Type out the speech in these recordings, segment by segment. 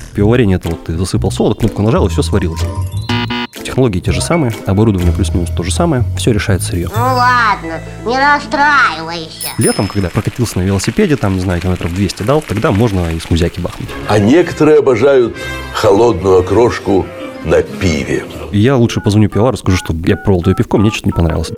Пивоварение — это вот ты засыпал солод, кнопку нажал, и все сварилось. Технологии те же самые, оборудование плюс-минус то же самое, все решает сырье. Ну ладно, не расстраивайся. Летом, когда прокатился на велосипеде, там, не знаю, километров 200 дал, тогда можно и смузяки бахнуть. А некоторые обожают холодную окрошку на пиве. И я лучше позвоню пивовару, скажу, что я пробовал твое пивко, мне что-то не понравилось.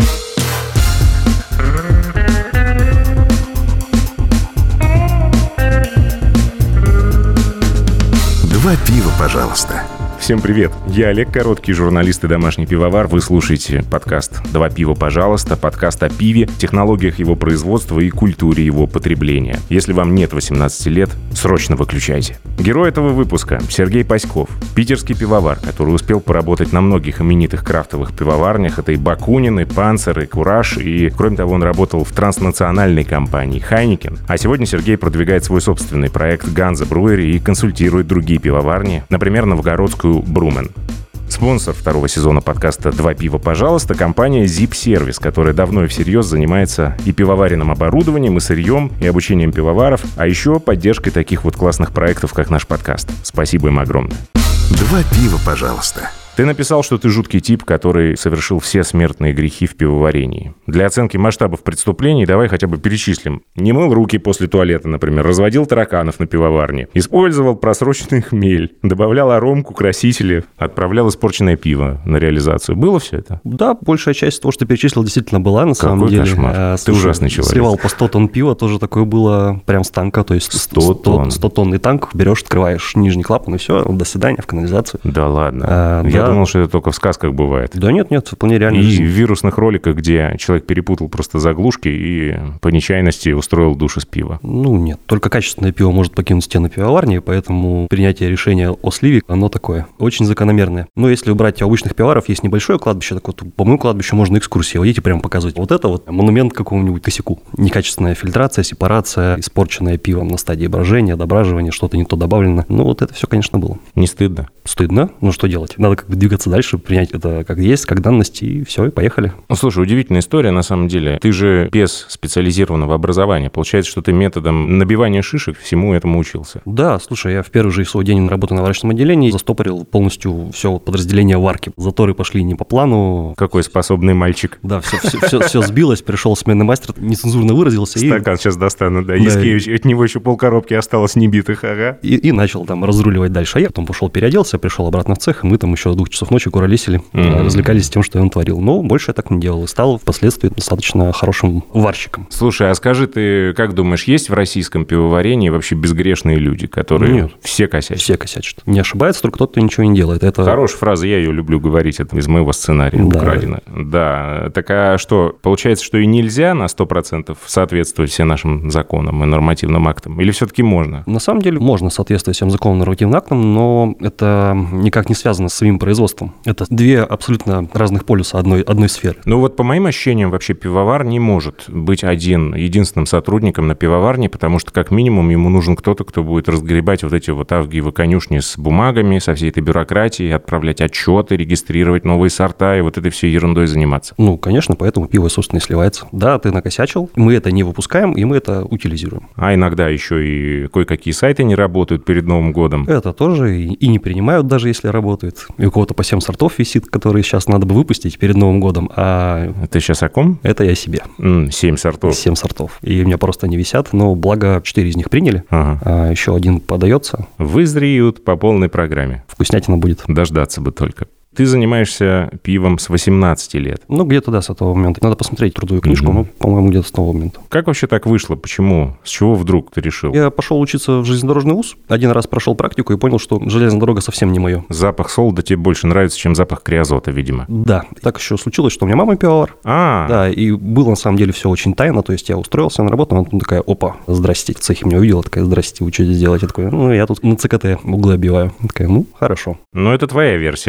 Два пива, пожалуйста. Всем привет! Я Олег Короткий, журналист и домашний пивовар. Вы слушаете подкаст «Два пива, пожалуйста», подкаст о пиве, технологиях его производства и культуре его потребления. Если вам нет 18 лет, срочно выключайте. Герой этого выпуска – Сергей Паськов, питерский пивовар, который успел поработать на многих именитых крафтовых пивоварнях. Это и Бакунин, и Панцер, и Кураж, и, кроме того, он работал в транснациональной компании Heineken. А сегодня Сергей продвигает свой собственный проект Ганза Brewery и консультирует другие пивоварни, например, новгородскую Брумен. Спонсор второго сезона подкаста «Два пива, пожалуйста» — компания Zip Service, которая давно и всерьез занимается и пивоваренным оборудованием, и сырьем, и обучением пивоваров, а еще поддержкой таких вот классных проектов, как наш подкаст. Спасибо им огромное. Два пива, пожалуйста. Ты написал, что ты жуткий тип, который совершил все смертные грехи в пивоварении. Для оценки масштабов преступлений давай хотя бы перечислим. Не мыл руки после туалета, например, разводил тараканов на пивоварне, использовал просроченный хмель, добавлял аромку, красители, отправлял испорченное пиво на реализацию. Было все это? Да, большая часть того, что перечислил, действительно была на самом деле. Какой кошмар. Ты ужасный человек. Сливал по 100 тонн пива, тоже такое было прям с танка, то есть 100 тонн. И танк берешь, открываешь нижний клапан, и все, до свидания, в канализацию. Да ладно. Я думал, что это только в сказках бывает. Да нет, вполне реально. И в вирусных роликах, где человек перепутал просто заглушки и по нечаянности устроил душ из пива. Ну нет, только качественное пиво может покинуть стены пивоварни, поэтому принятие решения о сливе, оно такое, очень закономерное. Но если убрать обычных пивоваров, есть небольшое кладбище, так вот, по моему кладбищу можно экскурсии водить и прямо показывать. Вот это вот монумент какому-нибудь косяку. Некачественная фильтрация, сепарация, испорченное пиво на стадии брожения, дображивания, что-то не то добавлено. Ну вот это все, конечно, было. Не стыдно? Стыдно? Ну что делать? Надо как бы двигаться дальше, принять это как есть, как данность, и все, и поехали. Ну, слушай, удивительная история на самом деле. Ты же без специализированного образования. Получается, что ты методом набивания шишек всему этому учился. Да, слушай, я в первый же свой день работы на варочном отделении застопорил полностью все подразделение варки. Заторы пошли не по плану. Какой способный мальчик. Да, все сбилось, пришел сменный мастер, нецензурно выразился. Стакан сейчас достану, да. Яскевич, от него еще полкоробки осталось небитых, ага. И начал там разруливать дальше. А я потом пошел переоделся, пришел обратно в цех, и мы там еще до 2 часов ночи куролесили, развлекались тем, что он творил. Но больше я так не делал. И стал впоследствии достаточно хорошим варщиком. Слушай, а скажи, ты как думаешь, есть в российском пивоварении вообще безгрешные люди, которые все косячат? Все косячат. Не ошибается, только тот, кто ничего не делает. Это хорошая фраза, я ее люблю говорить, это из моего сценария украдено. Да, так а что, получается, что и нельзя на 100% соответствовать всем нашим законам и нормативным актам? Или все-таки можно? На самом деле можно соответствовать всем законам и нормативным актам, но это никак не связано с самим производством. Это две абсолютно разных полюса одной сферы. Ну вот по моим ощущениям вообще пивовар не может быть единственным сотрудником на пивоварне, потому что как минимум ему нужен кто-то, кто будет разгребать вот эти вот авгиевы конюшни с бумагами, со всей этой бюрократией, отправлять отчеты, регистрировать новые сорта и вот этой всей ерундой заниматься. Ну, конечно, поэтому пиво, собственно, и сливается. Да, ты накосячил, мы это не выпускаем, и мы это утилизируем. А иногда еще и кое-какие сайты не работают перед Новым годом. Это тоже и не принимают, даже если работают. И у кого-то по 7 сортов висит, которые сейчас надо бы выпустить перед Новым годом. А ты сейчас о ком? Это я себе. 7 сортов. 7 сортов. И у меня просто не висят, но благо 4 из них приняли, а еще один подается. Вызреют по полной программе. Вкуснятина будет. Дождаться бы только. Ты занимаешься пивом с 18 лет. Ну, где-то, да, с этого момента. Надо посмотреть трудовую книжку, но, по-моему, где-то с того момента. Как вообще так вышло? Почему? С чего вдруг ты решил? Я пошел учиться в железнодорожный вуз. Один раз прошел практику и понял, что железная дорога совсем не мое. Запах солода тебе больше нравится, чем запах креозота, видимо. Да. Так еще случилось, что у меня мама пивовар. Да, и было на самом деле все очень тайно. То есть я устроился на работу, она такая: опа, здрасте. В цехе меня увидела, такая: здрасте, вы что здесь делаете? Я такой: ну, я тут на ЦКТ углы обиваю. Такая: ну, хорошо. Но это твоя версия. Можно же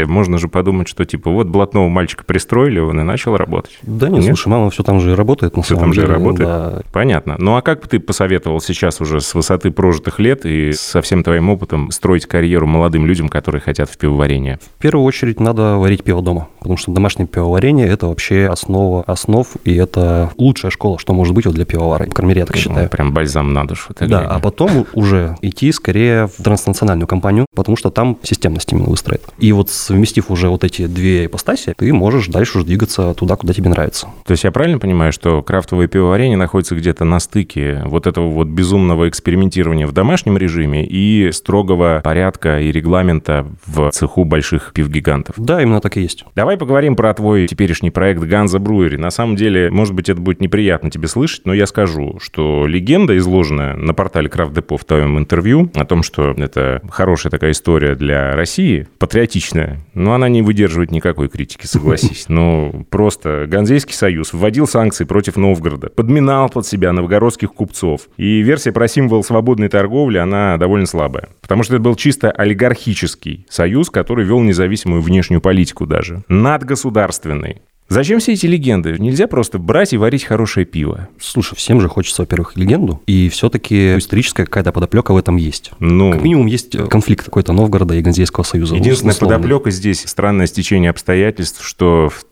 подумать, что типа вот блатного мальчика пристроили, он и начал работать. Да нет, слушай, мама все там же и работает, на самом деле. Все там же работает? Да. Понятно. Ну, а как бы ты посоветовал сейчас уже с высоты прожитых лет и со всем твоим опытом строить карьеру молодым людям, которые хотят в пивоварение? В первую очередь надо варить пиво дома, потому что домашнее пивоварение – это вообще основа основ, и это лучшая школа, что может быть вот для пивовара. По крайней мере, я так считаю. Прям бальзам на душу. Да, а потом уже идти скорее в транснациональную компанию, потому что там системность именно выстроит. И вот совместив уже вот эти две ипостаси, ты можешь дальше уже двигаться туда, куда тебе нравится. То есть я правильно понимаю, что крафтовое пивоварение находится где-то на стыке вот этого вот безумного экспериментирования в домашнем режиме и строгого порядка и регламента в цеху больших пивгигантов? Да, именно так и есть. Давай поговорим про твой теперешний проект Ганза Brewery. На самом деле, может быть, это будет неприятно тебе слышать, но я скажу, что легенда, изложенная на портале Крафт Депо в твоем интервью, о том, что это хорошая такая история для России, патриотичная, но она не выдерживает никакой критики, согласись. Ну, просто Ганзейский союз вводил санкции против Новгорода, подминал под себя новгородских купцов. И версия про символ свободной торговли, она довольно слабая. Потому что это был чисто олигархический союз, который вел независимую внешнюю политику даже. Надгосударственный. Зачем все эти легенды? Нельзя просто брать и варить хорошее пиво. Слушай, всем же хочется, во-первых, легенду, и все-таки историческая какая-то подоплека в этом есть. Ну, как минимум есть конфликт какой-то Новгорода и Ганзейского союза. Единственная подоплека здесь странное стечение обстоятельств, что в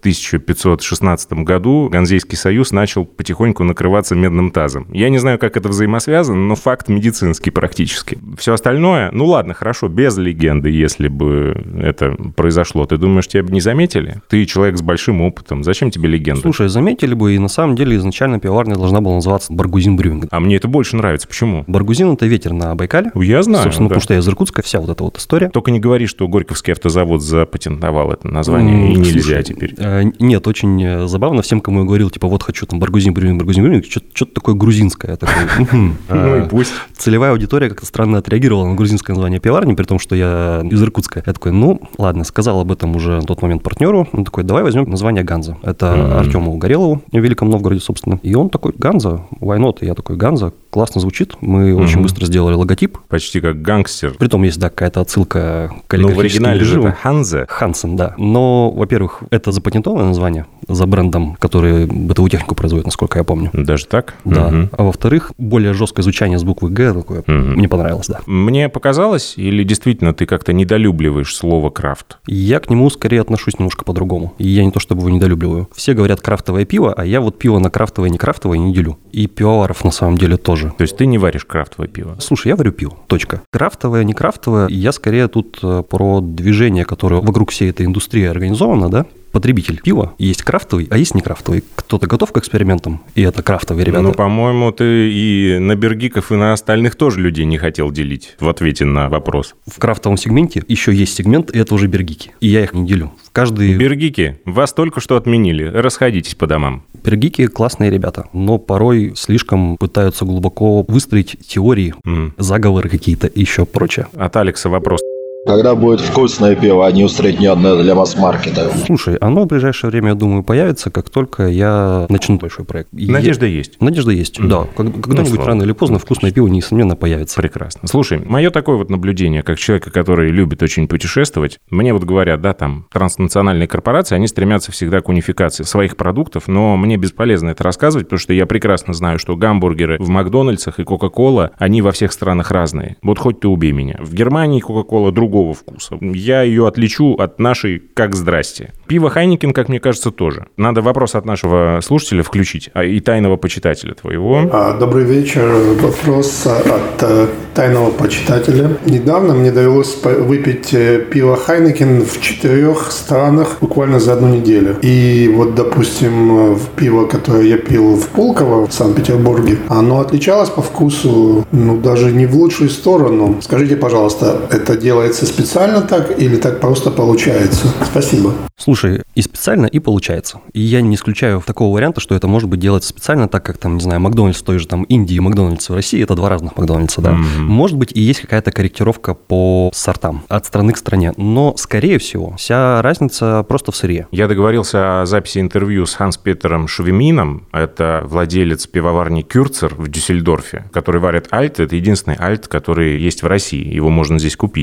1516 году Ганзейский союз начал потихоньку накрываться медным тазом. Я не знаю, как это взаимосвязано, но факт медицинский практически. Все остальное, ну ладно, хорошо, без легенды, если бы это произошло. Ты думаешь, тебя бы не заметили? Ты человек с большим опытом. Зачем тебе легенда? Слушай, заметили бы, и на самом деле изначально пивоварня должна была называться Баргузин Брюинг. А мне это больше нравится. Почему? Баргузин – это ветер на Байкале. Я знаю. Собственно, да. потому что я из Иркутска, вся вот эта вот история. Только не говори, что Горьковский автозавод запатентовал это название, и нельзя теперь. Нет, очень забавно. Всем, кому я говорил, типа, вот хочу там Баргузин Брюинг, что-то такое грузинское. Ну и пусть. Целевая аудитория как-то странно отреагировала на грузинское название пивоварни, при том, что я из Иркутска. Я такой, ну, ладно, сказал об этом уже на тот момент партнеру. Он такой, давай возьмем название Ганза. Это Артему Горелову в Великом Новгороде, собственно. И он такой, Ганза, why not? И я такой, Ганза, классно звучит. Мы очень быстро сделали логотип. Почти как гангстер. Притом есть, да, какая-то отсылка к каллиграфическим Но в оригинале же это Ханзе. Хансен, да. Но, во-первых, это запатентованное название за брендом, который бытовую технику производит, насколько я помню. Даже так? Да. А во-вторых, более жесткое звучание с буквы «Г» такое мне понравилось, да. Мне показалось, или действительно ты как-то недолюбливаешь слово «крафт»? Я к нему скорее отношусь немножко по-другому. И я не то чтобы его недолюбливаю. Все говорят крафтовое пиво, а я вот пиво на крафтовое и не крафтовое не делю. И пивоваров на самом деле тоже. То есть ты не варишь крафтовое пиво? Слушай, я варю пиво. Точка. Крафтовое, не крафтовое. Я скорее тут про движение, которое вокруг всей этой индустрии организовано, да? Потребитель пива есть крафтовый, а есть не крафтовый. Кто-то готов к экспериментам, и это крафтовые ребята. Ну, по-моему, ты и на бергиков, и на остальных тоже людей не хотел делить в ответе на вопрос. В крафтовом сегменте еще есть сегмент, и это уже бергики. И я их не делю. Бергики, вас только что отменили. Расходитесь по домам. Бергики классные ребята, но порой слишком пытаются глубоко выстроить теории, заговоры какие-то и еще прочее. От Алекса вопрос. Когда будет вкусное пиво, а не усредненное для масс-маркета? Слушай, оно в ближайшее время, я думаю, появится, как только я начну большой проект. Надежда есть? Надежда есть, да. Когда-нибудь рано или поздно вкусное пиво, несомненно, появится. Прекрасно. Слушай, мое такое вот наблюдение, как человека, который любит очень путешествовать, мне вот говорят, да, там, транснациональные корпорации, они стремятся всегда к унификации своих продуктов, но мне бесполезно это рассказывать, потому что я прекрасно знаю, что гамбургеры в Макдональдсах и Кока-Кола, они во всех странах разные. Вот хоть ты убей меня. В Германии Кока-Кола другого вкуса. Я ее отличу от нашей как здрасте. Пиво Хайникен, как мне кажется, тоже. Надо вопрос от нашего слушателя включить, и тайного почитателя твоего. Добрый вечер. Вопрос от тайного почитателя. Недавно мне довелось выпить пиво Хайникен в 4 странах буквально за 1 неделю. И вот, допустим, пиво, которое я пил в Пулково в Санкт-Петербурге, оно отличалось по вкусу, даже не в лучшую сторону. Скажите, пожалуйста, это делается специально так или так просто получается? Спасибо. Слушай, и специально, и получается. И я не исключаю такого варианта, что это может быть делаться специально, так как там, не знаю, Макдональдс в той же там Индии и Макдональдс в России, это 2 разных Макдональдса, да. Может быть, и есть какая-то корректировка по сортам от страны к стране, но, скорее всего, вся разница просто в сырье. Я договорился о записи интервью с Ханс-Петером Швемином, это владелец пивоварни Кюрцер в Дюссельдорфе, который варит альт, это единственный альт, который есть в России, его можно здесь купить, это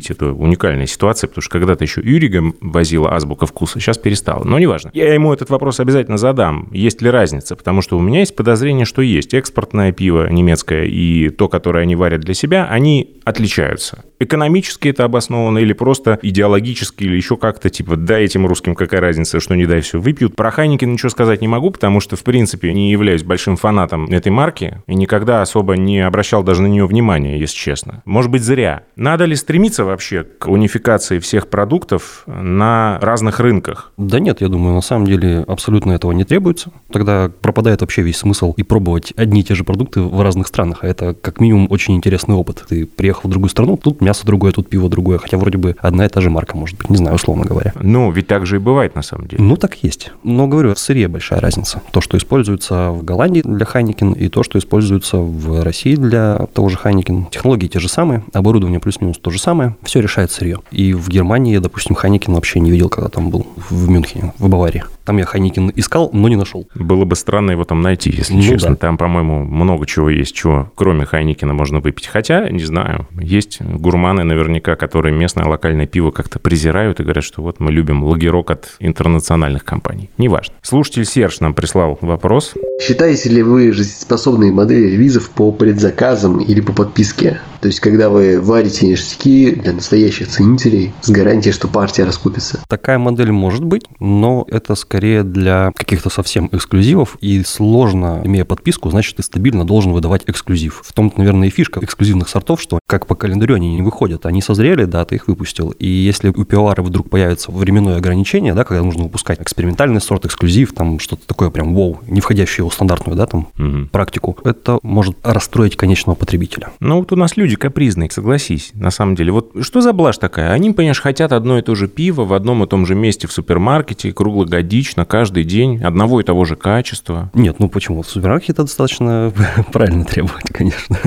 уникальная ситуация, потому что когда-то еще Юрига возила азбука вкуса, сейчас перестала. Но неважно. Я ему этот вопрос обязательно задам. Есть ли разница? Потому что у меня есть подозрение, что есть. Экспортное пиво немецкое и то, которое они варят для себя, они отличаются. Экономически это обосновано или просто идеологически, или еще как-то, типа, да, этим русским какая разница, что не дай все выпьют. Про Хайнекен ничего сказать не могу, потому что, в принципе, не являюсь большим фанатом этой марки и никогда особо не обращал даже на нее внимания, если честно. Может быть, зря. Надо ли стремиться вообще к унификации всех продуктов на разных рынках? Да нет, я думаю, на самом деле абсолютно этого не требуется. Тогда пропадает вообще весь смысл и пробовать одни и те же продукты в разных странах, а это как минимум очень интересный опыт. Ты приехал в другую страну, тут мясо другое, тут пиво другое, хотя вроде бы одна и та же марка, может быть, не знаю, условно говоря. Ну, ведь так же и бывает на самом деле. Ну, так есть. Но, говорю, в сырье большая разница. То, что используется в Голландии для Хайнекен, и то, что используется в России для того же Хайнекен. Технологии те же самые, оборудование плюс-минус то же самое, все решает сырье. И в Германии, допустим, Хайнекен вообще не видел, когда там был в Мюнхене, в Баварии. Там я Хайнекен искал, но не нашел. Было бы странно его там найти, если честно. Да. Там, по-моему, много чего есть, чего кроме Хайнекена можно выпить. Хотя, не знаю, есть гурманы наверняка, которые местное локальное пиво как-то презирают и говорят, что вот мы любим лагерок от интернациональных компаний. Неважно. Слушатель Серж нам прислал вопрос. Считаете ли вы жизнеспособные модели релизов по предзаказам или по подписке? То есть, когда вы варите ништяки для настоящих ценителей с гарантией, что партия раскупится? Такая модель может быть, но это скорее для каких-то совсем эксклюзивов, и сложно, имея подписку, значит, ты стабильно должен выдавать эксклюзив. В том-то, наверное, и фишка эксклюзивных сортов, что как по календарю они не выходят. Они созрели, да, ты их выпустил. И если у пивовара вдруг появится временное ограничение, да, когда нужно выпускать экспериментальный сорт, эксклюзив, там что-то такое прям вау, не входящее в стандартную, да, там, практику, это может расстроить конечного потребителя. Ну, вот у нас люди капризные, согласись, на самом деле. Вот что за блажь такая? Они, понимаешь, хотят одно и то же пиво в одном и том же месте в супермаркете, круглогодично, каждый день, одного и того же качества. Нет, ну почему? В супермаркете это достаточно правильно требовать, конечно.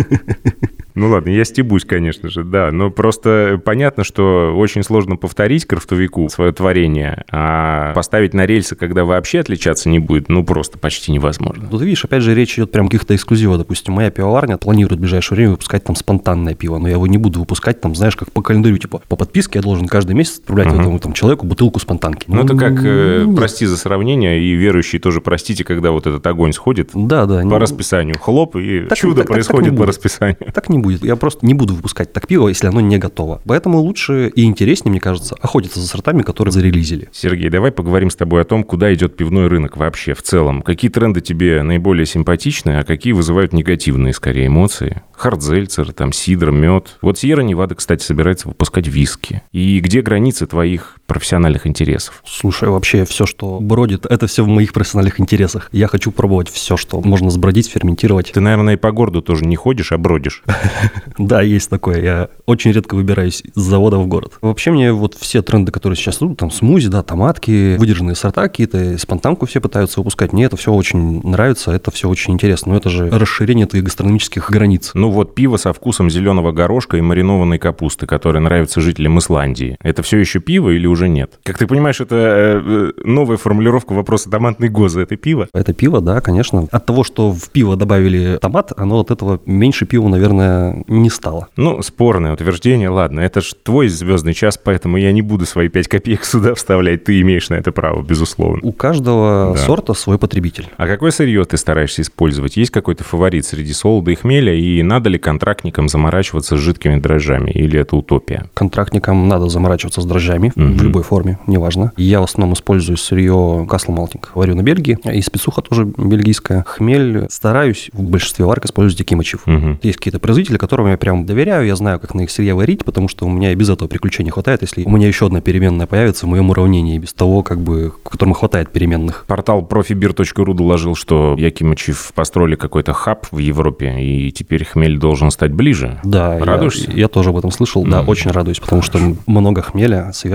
Ну ладно, я стебусь, конечно же, да, но просто понятно, что очень сложно повторить крафтовику свое творение, а поставить на рельсы, когда вообще отличаться не будет, ну просто почти невозможно. Тут видишь, опять же, речь идет прям о каких-то эксклюзивах. Допустим, моя пивоварня планирует в ближайшее время выпускать там спонтанное пиво, но я его не буду выпускать там, знаешь, как по календарю, типа по подписке я должен каждый месяц отправлять этому там человеку бутылку спонтанки. Ну это как, прости за сравнение, и верующие тоже простите, когда вот этот огонь сходит по расписанию, хлоп, и так, чудо происходит по расписанию. Так не будет. Я просто не буду выпускать так пиво, если оно не готово. Поэтому лучше и интереснее, мне кажется, охотиться за сортами, которые зарелизили. Сергей, давай поговорим с тобой о том, куда идет пивной рынок вообще в целом. Какие тренды тебе наиболее симпатичны, а какие вызывают негативные, скорее, эмоции? Хардзельцер, там, сидр, мед. Вот Сьерра Невада, кстати, собирается выпускать виски. И где границы твоих профессиональных интересов? Слушай, вообще все, что бродит, это все в моих профессиональных интересах. Я хочу пробовать все, что можно сбродить, ферментировать. Ты, наверное, и по городу тоже не ходишь, а бродишь. Да, есть такое. Я очень редко выбираюсь с завода в город. Вообще мне вот все тренды, которые сейчас идут, там смузи, да, томатки, выдержанные сорта какие-то, спонтанку все пытаются выпускать. Мне это все очень нравится, это все очень интересно. Но это же расширение твоих гастрономических границ. Ну вот пиво со вкусом зеленого горошка и маринованной капусты, которое нравится жителям Исландии. Это все еще пиво или уже нет? Как ты понимаешь, это новая формулировка вопроса томатной гозы. Это пиво? Это пиво, да, конечно. От того, что в пиво добавили томат, оно от этого меньше пива, наверное, не стало. Ну, спорное утверждение, ладно. Это ж твой звездный час, поэтому я не буду свои 5 копеек сюда вставлять. Ты имеешь на это право, безусловно. У каждого сорта свой потребитель. А какое сырье ты стараешься использовать? Есть какой-то фаворит среди солода и хмеля? И надо ли контрактникам заморачиваться с жидкими дрожжами? Или это утопия? Контрактникам надо заморачиваться с дрожжами в любой форме, неважно. Я в основном использую сырье Castle Malting. Варю на Бельгии. И спецуха тоже бельгийская. Хмель стараюсь в большинстве варок использовать Якимычев. Есть какие-то производители, которым я прям доверяю. Я знаю, как на их сырье варить, потому что у меня и без этого приключений хватает, если у меня еще одна переменная появится в моем уравнении, без того, как бы, которому хватает переменных. Портал profibir.ru доложил, что Якимычев построили какой-то хаб в Европе, и теперь хмель должен стать ближе. Да, радуешься? Я тоже об этом слышал. Да, очень радуюсь, потому что много хмеля свежего – это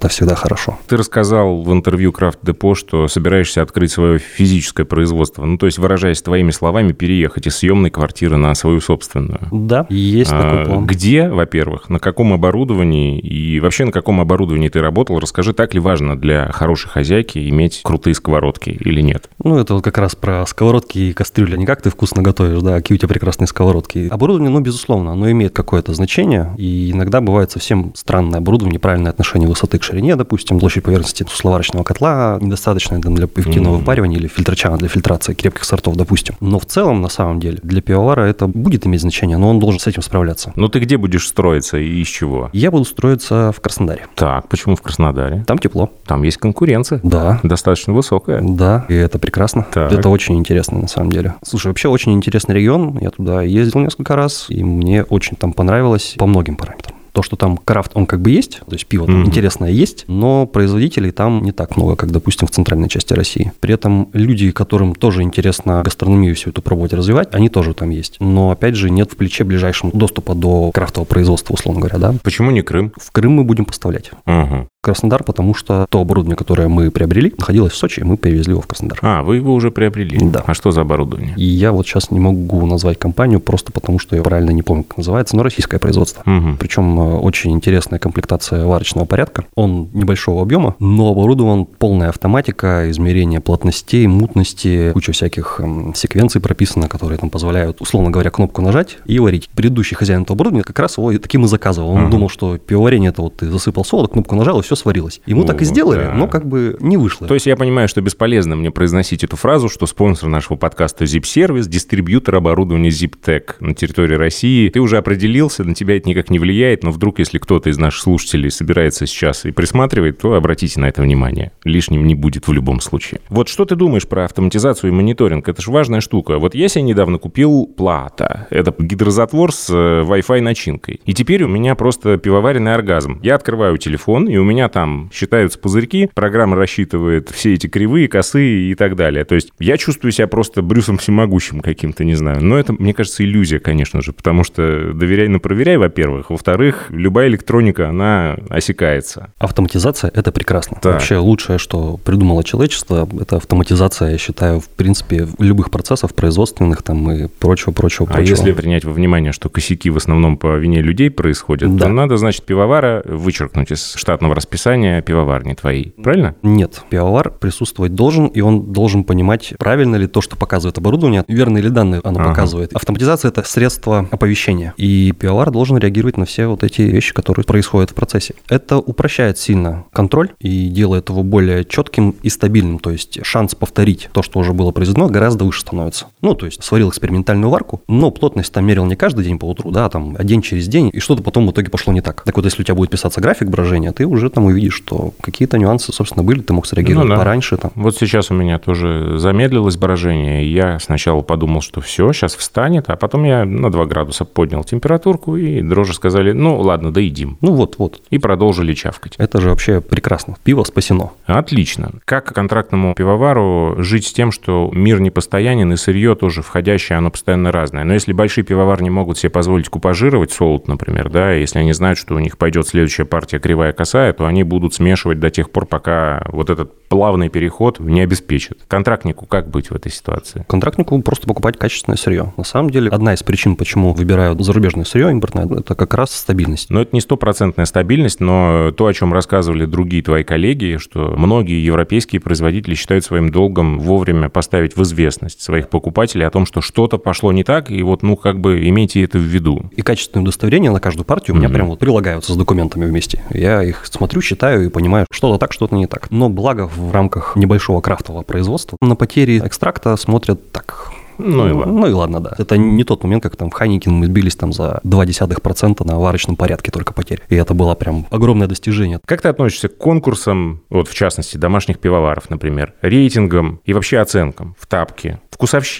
это всегда хорошо. Ты рассказал в интервью Крафт Депо, что собираешься открыть свое физическое производство. Ну, то есть, выражаясь твоими словами, переехать из съемной квартиры на свою собственную. Да, есть такой план. Где, во-первых, на каком оборудовании и вообще на каком оборудовании ты работал? Расскажи, так ли важно для хорошей хозяйки иметь крутые сковородки или нет? Ну, это вот как раз про сковородки и кастрюли. Не как ты вкусно готовишь, да, какие у тебя прекрасные сковородки. Оборудование, ну, безусловно, оно имеет какое-то значение, и иногда бывает совсем странное оборудование, неправильное отношение высоты к ширине, допустим, площадь поверхности сусловарочного котла недостаточная для пивкиного выпаривания или фильтрачана для фильтрации крепких сортов, допустим. Но в целом, на самом деле, для пивовара это будет иметь значение, но он должен с этим справляться. Но ты где будешь строиться и из чего? Я буду строиться в Краснодаре. Так, почему в Краснодаре? Там тепло. Там есть конкуренция. Да. Достаточно высокая. Да, и это прекрасно. Так. Это очень интересно, на самом деле. Слушай, вообще очень интересный регион. Я туда ездил несколько раз, и мне очень там понравилось по многим параметрам. То, что там крафт, он как бы есть, то есть пиво там интересное есть, но производителей там не так много, как, допустим, в центральной части России. При этом люди, которым тоже интересно гастрономию всю эту пробовать развивать, они тоже там есть. Но, опять же, нет в плече ближайшем доступа до крафтового производства, условно говоря, да. Почему не Крым? В Крым мы будем поставлять. Краснодар, потому что то оборудование, которое мы приобрели, находилось в Сочи, и мы перевезли его в Краснодар. А, вы его уже приобрели? Да. А что за оборудование? И я вот сейчас не могу назвать компанию, просто потому что я правильно не помню, как называется, но российское производство. Причем очень интересная комплектация варочного порядка. Он небольшого объема, но оборудован полная автоматика, измерение плотностей, мутности, куча всяких секвенций прописано, которые там позволяют, условно говоря, кнопку нажать и варить. Предыдущий хозяин этого оборудования как раз его таким и заказывал. Он думал, что пивоварение — это вот ты засыпал солод, кнопку нажал, и все сварилось. Ему так и сделали, да. но как бы не вышло. То есть я понимаю, что бесполезно мне произносить эту фразу, что спонсор нашего подкаста Zip-сервис, дистрибьютор оборудования ZipTech на территории России. Ты уже определился, на тебя это никак не влияет, но вдруг, если кто-то из наших слушателей собирается сейчас и присматривает, то обратите на это внимание. Лишним не будет в любом случае. Вот что ты думаешь про автоматизацию и мониторинг? Это же важная штука. Вот я себе недавно купил Плата. Это гидрозатвор с Wi-Fi начинкой. И теперь у меня просто пивоваренный оргазм. Я открываю телефон, и у меня там считаются пузырьки, программа рассчитывает все эти кривые, косые и так далее. То есть я чувствую себя просто Брюсом Всемогущим каким-то, не знаю. Но это, мне кажется, иллюзия, конечно же, потому что доверяй, но проверяй, во-первых. Во-вторых, любая электроника, она осекается. Автоматизация — это прекрасно. Так. Вообще лучшее, что придумало человечество, это автоматизация, я считаю, в принципе, любых процессов производственных там и прочего. А если принять во внимание, что косяки в основном по вине людей происходят, да, то надо, значит, пивовара вычеркнуть из штатного расписания пивоварни твоей. Правильно? Нет. Пивовар присутствовать должен, и он должен понимать, правильно ли то, что показывает оборудование, верные ли данные оно показывает. Автоматизация — это средство оповещения, и пивовар должен реагировать на все вот эти вещи, которые происходят в процессе. Это упрощает сильно контроль и делает его более четким и стабильным, то есть шанс повторить то, что уже было произведено, гораздо выше становится. Ну, то есть сварил экспериментальную варку, но плотность там мерил не каждый день по утру, да, там, а день через день, и что-то потом в итоге пошло не так. Так вот, если у тебя будет писаться график брожения, ты уже там увидишь, что какие-то нюансы, собственно, были, ты мог среагировать пораньше. Там. Вот сейчас у меня тоже замедлилось брожение, и я сначала подумал, что все, сейчас встанет, а потом я на 2 градуса поднял температурку, и дрожжи сказали, ну, ладно, доедим. Ну, вот. И продолжили чавкать. Это же вообще прекрасно. Пиво спасено. Отлично. Как контрактному пивовару жить с тем, что мир непостоянен, и сырье тоже входящее, оно постоянно разное. Но если большие пивоварни могут себе позволить купажировать солод, например, да, если они знают, что у них пойдет следующая партия кривая косая, то они будут смешивать до тех пор, пока вот этот плавный переход не обеспечат. Контрактнику как быть в этой ситуации? Контрактнику просто покупать качественное сырье. На самом деле, одна из причин, почему выбирают зарубежное сырье импортное, это как раз стабильность. Но это не 100% стабильность, но то, о чем рассказывали другие твои коллеги, что многие европейские производители считают своим долгом вовремя поставить в известность своих покупателей о том, что что-то пошло не так, и вот, ну, как бы имейте это в виду. И качественные удостоверения на каждую партию у меня прям вот прилагаются с документами вместе. Я их смотрю, считаю и понимаю, что-то так, что-то не так. Но благо в рамках небольшого крафтового производства на потери экстракта смотрят так. Ну и ладно, да. Это не тот момент, как там в Хайникин мы бились там за 0,2% на варочном порядке только потерь. И это было прям огромное достижение. Как ты относишься к конкурсам, вот в частности, домашних пивоваров, например, рейтингам и вообще оценкам в тапке? Вкусовщина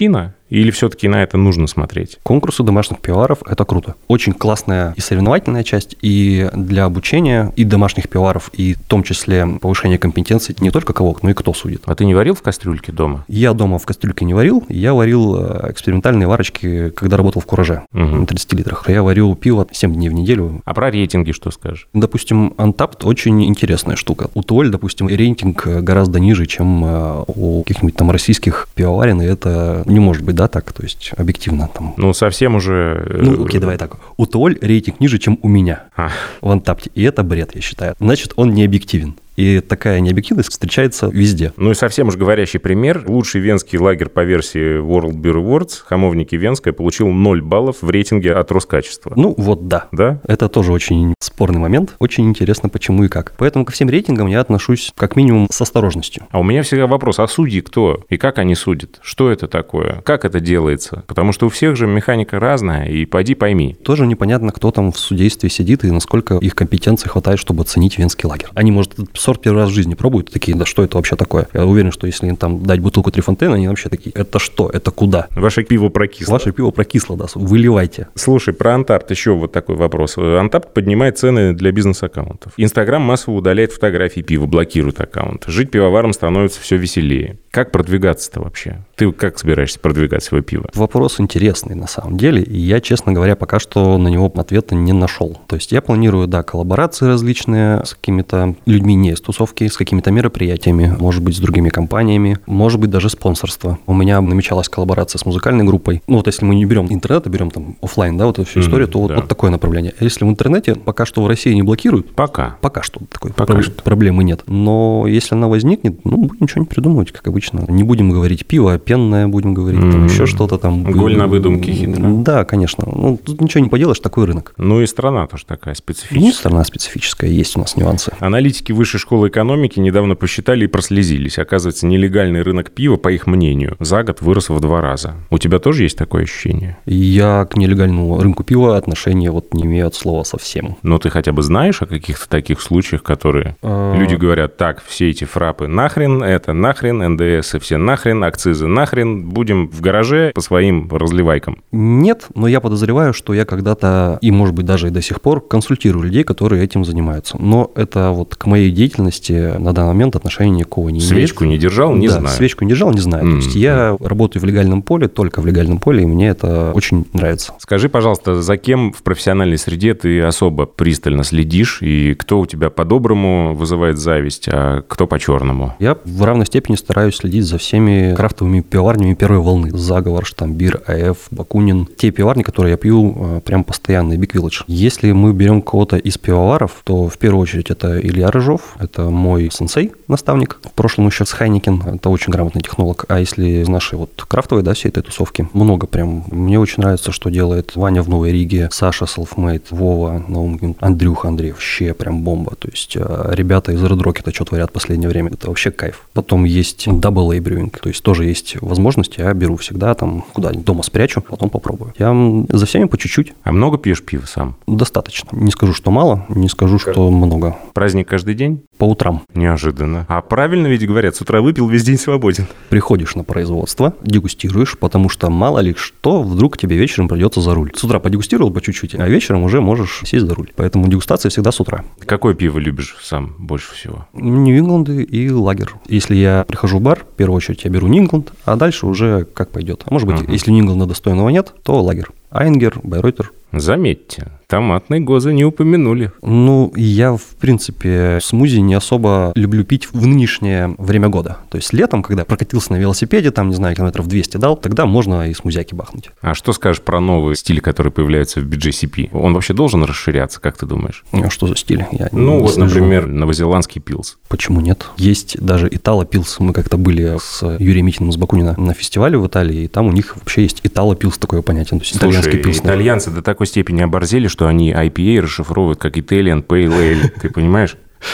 Или все-таки на это нужно смотреть? Конкурсы домашних пивоваров – это круто. Очень классная и соревновательная часть, и для обучения, и домашних пивоваров, и в том числе повышения компетенции не только кого, но и кто судит. А ты не варил в кастрюльке дома? Я дома в кастрюльке не варил, я варил экспериментальные варочки, когда работал в Кураже на 30 литрах. Я варил пиво 7 дней в неделю. А про рейтинги что скажешь? Допустим, Untappd очень интересная штука. У Туоль, допустим, рейтинг гораздо ниже, чем у каких-нибудь там российских пивоварен, и это не может быть, да, так, то есть объективно там. Ну, совсем уже... Ну, окей, давай так. У Туоль рейтинг ниже, чем у меня в Untappd, и это бред, я считаю. Значит, он не объективен. И такая необъективность встречается везде. Ну и совсем уж говорящий пример. Лучший венский лагерь по версии World Beer Awards, Хамовники Венская, получил 0 баллов в рейтинге от Роскачества. Ну вот да. Да? Это тоже очень спорный момент. Очень интересно, почему и как. Поэтому ко всем рейтингам я отношусь как минимум с осторожностью. А у меня всегда вопрос, а судьи кто? И как они судят? Что это такое? Как это делается? Потому что у всех же механика разная, и поди пойми. Тоже непонятно, кто там в судействе сидит и насколько их компетенции хватает, чтобы оценить венский лагерь. Они, может, сорт первый раз в жизни пробуют, такие, да что это вообще такое? Я уверен, что если им там дать бутылку Три Фонтейна, они вообще такие, это что? Это куда? Ваше пиво прокисло. Ваше пиво прокисло, да, выливайте. Слушай, про Untappd еще вот такой вопрос. Untappd поднимает цены для бизнес-аккаунтов. Инстаграм массово удаляет фотографии пива, блокирует аккаунт. Жить пивоваром становится все веселее. Как продвигаться-то вообще? Ты как собираешься продвигать свое пиво? Вопрос интересный на самом деле, и я, честно говоря, пока что на него ответа не нашел. То есть я планирую, да, коллаборации различные с какими-то людьми не из тусовки, с какими-то мероприятиями, может быть, с другими компаниями, может быть, даже спонсорство. У меня намечалась коллаборация с музыкальной группой. Ну вот если мы не берем интернет, а берем там офлайн, да, вот эту всю историю, то вот такое направление. А если в интернете пока что в России не блокируют, пока что такой проблемы нет. Но если она возникнет, ну, будем что-нибудь придумывать, как обычно. Не будем говорить пиво, а пенное будем говорить, там еще что-то там. Голь на выдумке хитро. Да, конечно. Ну, тут ничего не поделаешь, такой рынок. Ну и страна тоже такая специфическая. Ну, страна специфическая, есть у нас нюансы. Аналитики Высшей школы экономики недавно посчитали и прослезились. Оказывается, нелегальный рынок пива, по их мнению, за год вырос в 2 раза. У тебя тоже есть такое ощущение? Я к нелегальному рынку пива отношения вот не имею от слова совсем. Но ты хотя бы знаешь о каких-то таких случаях, которые люди говорят, так, все эти фрапы нахрен, это нахрен, НДС все нахрен, акцизы нахрен, будем в гараже по своим разливайкам? Нет, но я подозреваю, что я когда-то, и может быть даже и до сих пор, консультирую людей, которые этим занимаются. Но это вот к моей деятельности на данный момент отношения никакого не имеет. Свечку не держал, не знаю. Свечку не держал, не знаю. То есть я работаю в легальном поле, только в легальном поле, и мне это очень нравится. Скажи, пожалуйста, за кем в профессиональной среде ты особо пристально следишь, и кто у тебя по-доброму вызывает зависть, а кто по-черному? Я в равной степени стараюсь следить за всеми крафтовыми пивоварнями первой волны. Заговор, Штамбир, АФ, Бакунин. Те пивоварни, которые я пью прям постоянно, и Big Village. Если мы берем кого-то из пивоваров, то в первую очередь это Илья Рыжов, это мой сенсей, наставник. В прошлом еще с Хайникен, это очень грамотный технолог. А если из нашей вот крафтовой, да, всей этой тусовки, много прям. Мне очень нравится, что делает Ваня в Новой Риге, Саша Selfmade, Вова, Андрюха Андреев, вообще прям бомба. То есть ребята из Red Rocket что творят в последнее время, это вообще кайф. Потом есть Double A Brewing, то есть тоже есть возможность, я беру всегда там куда-нибудь дома спрячу, потом попробую. Я за всеми по чуть-чуть. А много пьешь пива сам? Достаточно. Не скажу, что мало, не скажу, что много. Праздник каждый день? По утрам. Неожиданно. А правильно ведь говорят, с утра выпил, весь день свободен. Приходишь на производство, дегустируешь, потому что мало ли что, вдруг тебе вечером придется за руль. С утра подегустировал по чуть-чуть, а вечером уже можешь сесть за руль. Поэтому дегустация всегда с утра. Какое пиво любишь сам больше всего? Нью-Ингланды и лагер. Если я прихожу в бар, в первую очередь я беру Нью-Ингланд, а дальше уже как пойдет. А может быть, если Нью-Ингланда достойного нет, то лагер. Айнгер, Байройтер. Заметьте, томатные гозы не упомянули. Ну, я, в принципе, смузи не особо люблю пить в нынешнее время года. То есть летом, когда прокатился на велосипеде, там, не знаю, километров 200 дал, тогда можно и смузяки бахнуть. А что скажешь про новые стили, которые появляются в BJCP? Он вообще должен расширяться, как ты думаешь? А что за стиль? Вот, например, новозеландский пилс. Почему нет? Есть даже итало-пилс. Мы как-то были с Юрием Митиным из Бакунина на фестивале в Италии, и там у них вообще есть итало-пилс такое понятие. То есть итальянский пилс. Итальянцы до такой степени оборзели, что они IPA расшифровывают как Italian Pale Ale. Ты понимаешь?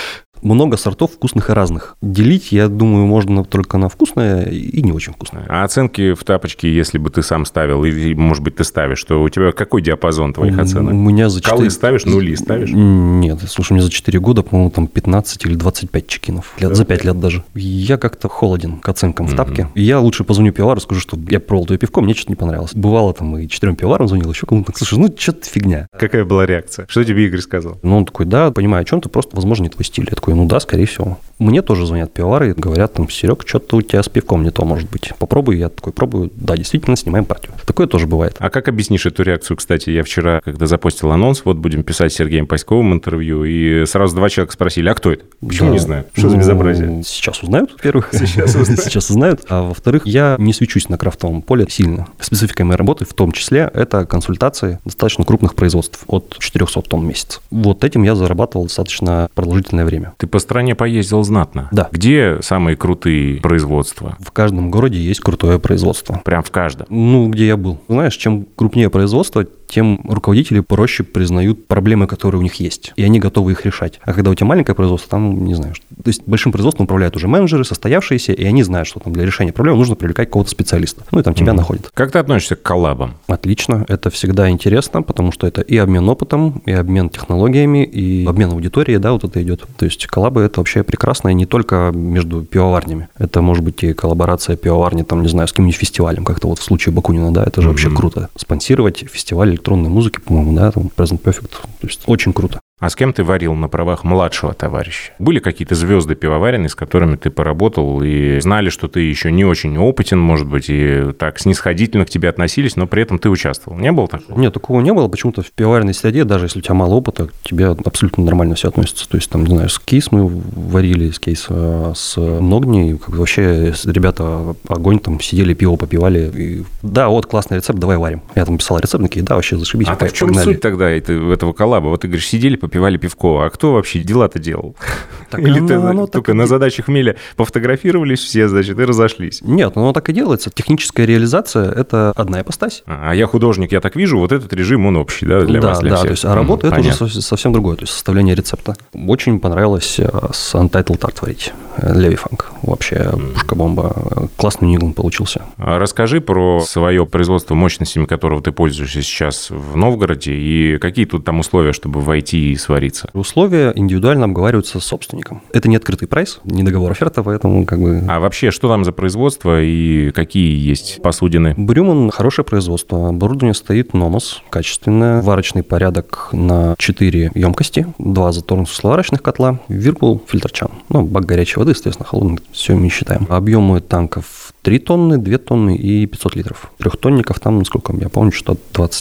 много сортов вкусных и разных. Делить, я думаю, можно только на вкусное и не очень вкусное. А оценки в тапочке, если бы ты сам ставил, или, может быть, ты ставишь, то у тебя какой диапазон твоих оценок? У меня за 4... Колы ставишь, нули ставишь? Нет, слушай, мне за 4 года, по-моему, там 15 или 25 чекинов. За 5 лет даже. Я как-то холоден к оценкам в тапке. И я лучше позвоню пивовару, скажу, что я пробовал твое пивко, мне что-то не понравилось. Бывало там и 4 пивоварам звонил, еще кому-то. Слушай, ну что-то фигня. Какая была реакция? Что тебе Игорь сказал? Ну, он такой, да, понимаю, о чем ты, просто, возможно, не твой стиль. Я такой, ну да, скорее всего. Мне тоже звонят пивовары и говорят, там, Серег, что-то у тебя с пивком не то может быть. Попробуй. Я такой, пробую. Да, действительно, снимаем партию. Такое тоже бывает. А как объяснишь эту реакцию? Кстати, я вчера, когда запостил анонс, вот будем писать с Сергеем Паськовым интервью, и сразу 2 человека спросили, а кто это? Почему не знаю? Что за безобразие? Сейчас узнают, во-первых. Сейчас узнают. А во-вторых, я не свечусь на крафтовом поле сильно. Спецификой моей работы, в том числе, это консультации достаточно крупных производств от 400 тонн в месяц. Вот этим я зарабатывал достаточно продолжительное время. Ты по стране поездил знатно. Да. Где самые крутые производства? В каждом городе есть крутое производство. Прям в каждом? Ну, где я был. Знаешь, чем крупнее производство, тем руководители проще признают проблемы, которые у них есть, и они готовы их решать. А когда у тебя маленькое производство, там, не знаю, то есть большим производством управляют уже менеджеры, состоявшиеся, и они знают, что там для решения проблем нужно привлекать какого-то специалиста. Ну, и там тебя находят. Как ты относишься к коллабам? Отлично. Это всегда интересно, потому что это и обмен опытом, и обмен технологиями, и обмен аудиторией, да, вот это идет. То есть коллабы – это вообще прекрасно, и не только между пивоварнями. Это может быть и коллаборация пивоварни, там, не знаю, с каким-нибудь фестивалем, как-то вот в случае Бакунина, да, это же вообще круто. Спонсировать фестиваль электронной музыки, по-моему, да, там Present Perfect, то есть очень круто. А с кем ты варил на правах младшего товарища? Были какие-то звезды пивоваренные, с которыми ты поработал, и знали, что ты еще не очень опытен, может быть, и так снисходительно к тебе относились, но при этом ты участвовал? Не было такого? Нет, такого не было. Почему-то в пивоваренной среде, даже если у тебя мало опыта, к тебе абсолютно нормально все относятся. То есть, там, не знаю, с кейс мы варили, с кейса с Ногни, как бы вообще ребята огонь, там сидели, пиво попивали. И, да, вот классный рецепт, давай варим. Я там писал рецепт, такие, да, вообще зашибись. А так в чем суть тогда этого коллаба? Вот ты говоришь, сидели, попивали пивко, а кто вообще дела-то делал? Или ты только на задаче хмеля пофотографировались все, значит, и разошлись? Нет, оно так и делается. Техническая реализация – это одна ипостась. А я художник, я так вижу, вот этот режим, он общий, да, для вас, для всех? Да, то есть, а работа – это уже совсем другое, то есть составление рецепта. Очень понравилось с Untitled Art творить. Леви Фанк. Вообще пушка-бомба. Классный Нью Ингланд получился. Расскажи про свое производство, мощностями которого ты пользуешься сейчас в Новгороде, и какие тут там условия, чтобы войти и свариться? Условия индивидуально обговариваются с собственником. Это не открытый прайс, не договор оферта, поэтому как бы... А вообще, что там за производство и какие есть посудины? Брюман – хорошее производство. Оборудование стоит Номос, качественное. Варочный порядок на 4 емкости, 2 заторно-сварочных котла, Whirlpool, фильтр-чан. Ну, бак горячей воды, соответственно, холодный, все мы считаем. Объемы танков 3 тонны, 2 тонны и 500 литров. Трехтонников там, насколько я помню, что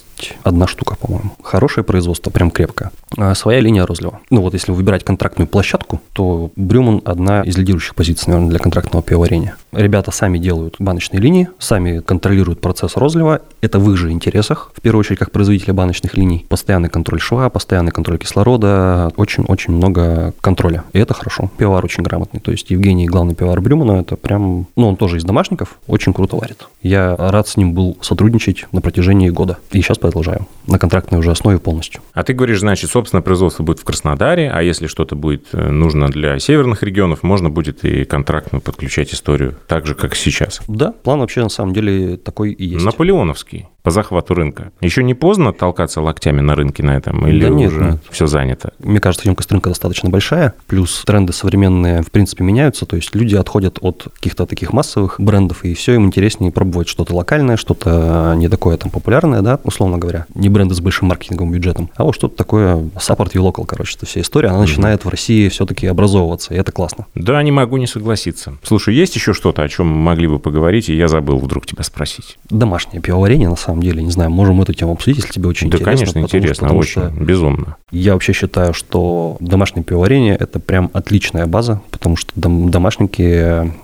21 штука, по-моему. Хорошее производство, прям крепкое. Своя линия розлива. Ну вот если выбирать контрактную площадку, то Брюман одна из лидирующих позиций, наверное, для контрактного пивоварения. Ребята сами делают баночные линии, сами контролируют процесс розлива. Это в их же интересах, в первую очередь, как производителя баночных линий. Постоянный контроль шва, постоянный контроль кислорода, очень-очень много контроля. И это хорошо. Пивовар очень грамотный. То есть Евгений, главный пивовар Брюмана, это прям, ну он тоже из домашников, очень круто варит. Я рад с ним был сотрудничать на протяжении года. И сейчас продолжаю. На контрактной уже основе полностью. А ты говоришь, значит, собственно, производство будет в Краснодаре, а если что-то будет нужно для северных регионов, можно будет и контрактную подключать историю, так же, как сейчас. Да, план вообще на самом деле такой и есть. Наполеоновский. По захвату рынка. Еще не поздно толкаться локтями на рынке на этом? Или да уже нет. Все занято? Мне кажется, емкость рынка достаточно большая. Плюс тренды современные, в принципе, меняются. То есть люди отходят от каких-то таких массовых брендов, и все им интереснее пробовать что-то локальное, что-то не такое там популярное, да, условно говоря. Не бренды с большим маркетинговым бюджетом, а вот что-то такое support your local, короче. Это вся история, она начинает в России все-таки образовываться, и это классно. Да, не могу не согласиться. Слушай, есть еще что-то, о чем могли бы поговорить, и я забыл вдруг тебя спросить? Домашнее пивоварение, на самом деле, не знаю, можем эту тему обсудить, если тебе очень интересно. Да, конечно, интересно, очень, безумно. Я вообще считаю, что домашнее пивоварение – это прям отличная база, потому что домашники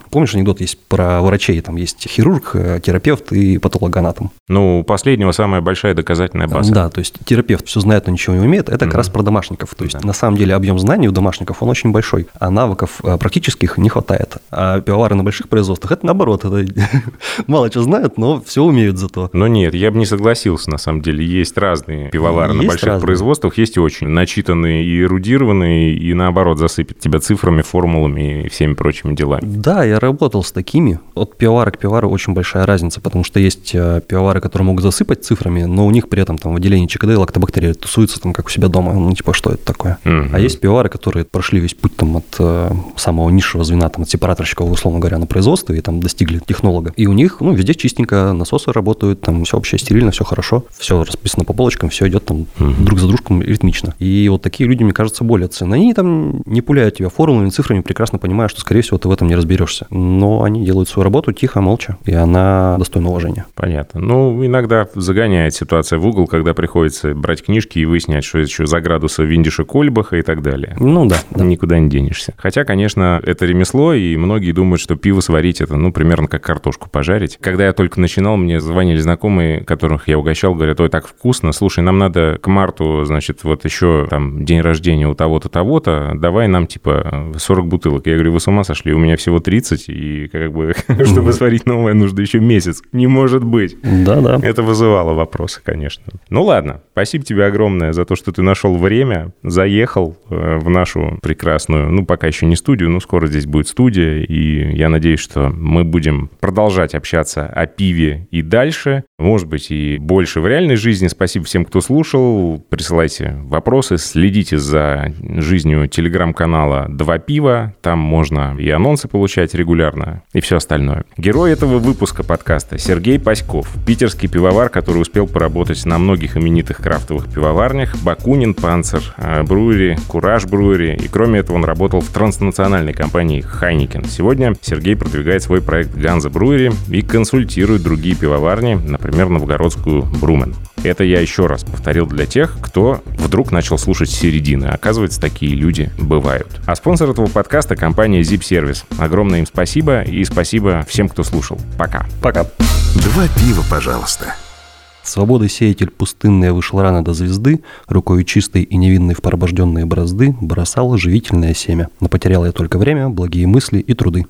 Помнишь, анекдот есть про врачей? Там есть хирург, терапевт и патологоанатом. Ну, у последнего самая большая доказательная база. Да, то есть терапевт все знает, но ничего не умеет. Это как раз про домашников. То есть на самом деле объем знаний у домашников, он очень большой, а навыков практических не хватает. А пивовары на больших производствах, это наоборот, это мало что знают, но все умеют зато. Но нет, я бы не согласился, на самом деле. Есть разные пивовары на больших производствах, есть очень начитанные и эрудированные, и наоборот засыпят тебя цифрами, формулами и всеми прочими делами. Да, я работал с такими. От пивовара к пивовару очень большая разница, потому что есть пивовары, которые могут засыпать цифрами, но у них при этом там в отделении ЧКД и лактобактерии тусуются там как у себя дома. Ну, типа, что это такое? А есть пивовары, которые прошли весь путь там от самого низшего звена, там, от сепараторщиков, условно говоря, на производство и там достигли технолога. И у них, ну, везде чистенько, насосы работают, там все вообще стерильно, все хорошо, все расписано по полочкам, все идет там друг за дружком ритмично. И вот такие люди, мне кажется, более ценны. Они там не пуляют тебя формулами, цифрами, прекрасно понимая, что, скорее всего, ты в этом не разберешься. Но они делают свою работу тихо, молча, и она достойна уважения. Понятно. Ну, иногда загоняет ситуация в угол, когда приходится брать книжки и выяснять, что это еще за градусы Виндиша, Кольбаха и так далее. Ну да. Никуда не денешься. Хотя, конечно, это ремесло, и многие думают, что пиво сварить это, ну, примерно как картошку пожарить. Когда я только начинал, мне звонили знакомые, которых я угощал, говорят: ой, так вкусно, слушай, нам надо к марту, значит, вот еще там день рождения у того-то, того-то, давай нам типа 40 бутылок. Я говорю: вы с ума сошли, у меня всего 30, и как бы, чтобы сварить новое, нужно еще месяц. Не может быть. Да. Это вызывало вопросы, конечно. Ну ладно, спасибо тебе огромное за то, что ты нашел время, заехал в нашу прекрасную, ну пока еще не студию, но скоро здесь будет студия, и я надеюсь, что мы будем продолжать общаться о пиве и дальше, может быть, и больше в реальной жизни. Спасибо всем, кто слушал. Присылайте вопросы, следите за жизнью телеграм-канала «Два пива». Там можно и анонсы получать регулярно, и все остальное. Герой этого выпуска подкаста — Сергей Паськов, питерский пивовар, который успел поработать на многих именитых крафтовых пивоварнях: Бакунин, Панцер, Бруери, Кураж Бруери. И кроме этого он работал в транснациональной компании Хайникен. Сегодня Сергей продвигает свой проект Ганза Бруери и консультирует другие пивоварни, например, новгородскую Брумен. Это я еще раз повторил для тех, кто вдруг начал слушать с середины. Оказывается, такие люди бывают. А спонсор этого подкаста — компания Zip Service. Огромное им спасибо, и спасибо всем, кто слушал. Пока. Пока. Два пива, пожалуйста. Свободы сеятель пустынный вышел рано до звезды, рукою чистой и невинной в порабожденные бразды бросал живительное семя. Но потерял я только время, благие мысли и труды.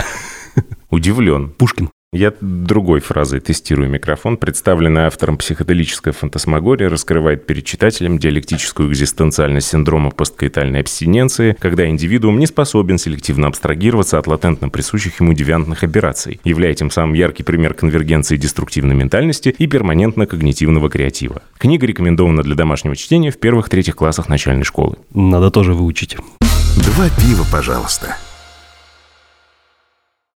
Удивлен. Пушкин. Я другой фразой тестирую микрофон. Представленная автором психоделическая фантасмагория раскрывает перед читателем диалектическую экзистенциальность синдрома посткоитальной абстиненции, когда индивидуум не способен селективно абстрагироваться от латентно присущих ему девиантных аберраций, являя тем самым яркий пример конвергенции деструктивной ментальности и перманентно-когнитивного креатива. Книга рекомендована для домашнего чтения в 1-3 классах начальной школы. Надо тоже выучить. Два пива, пожалуйста.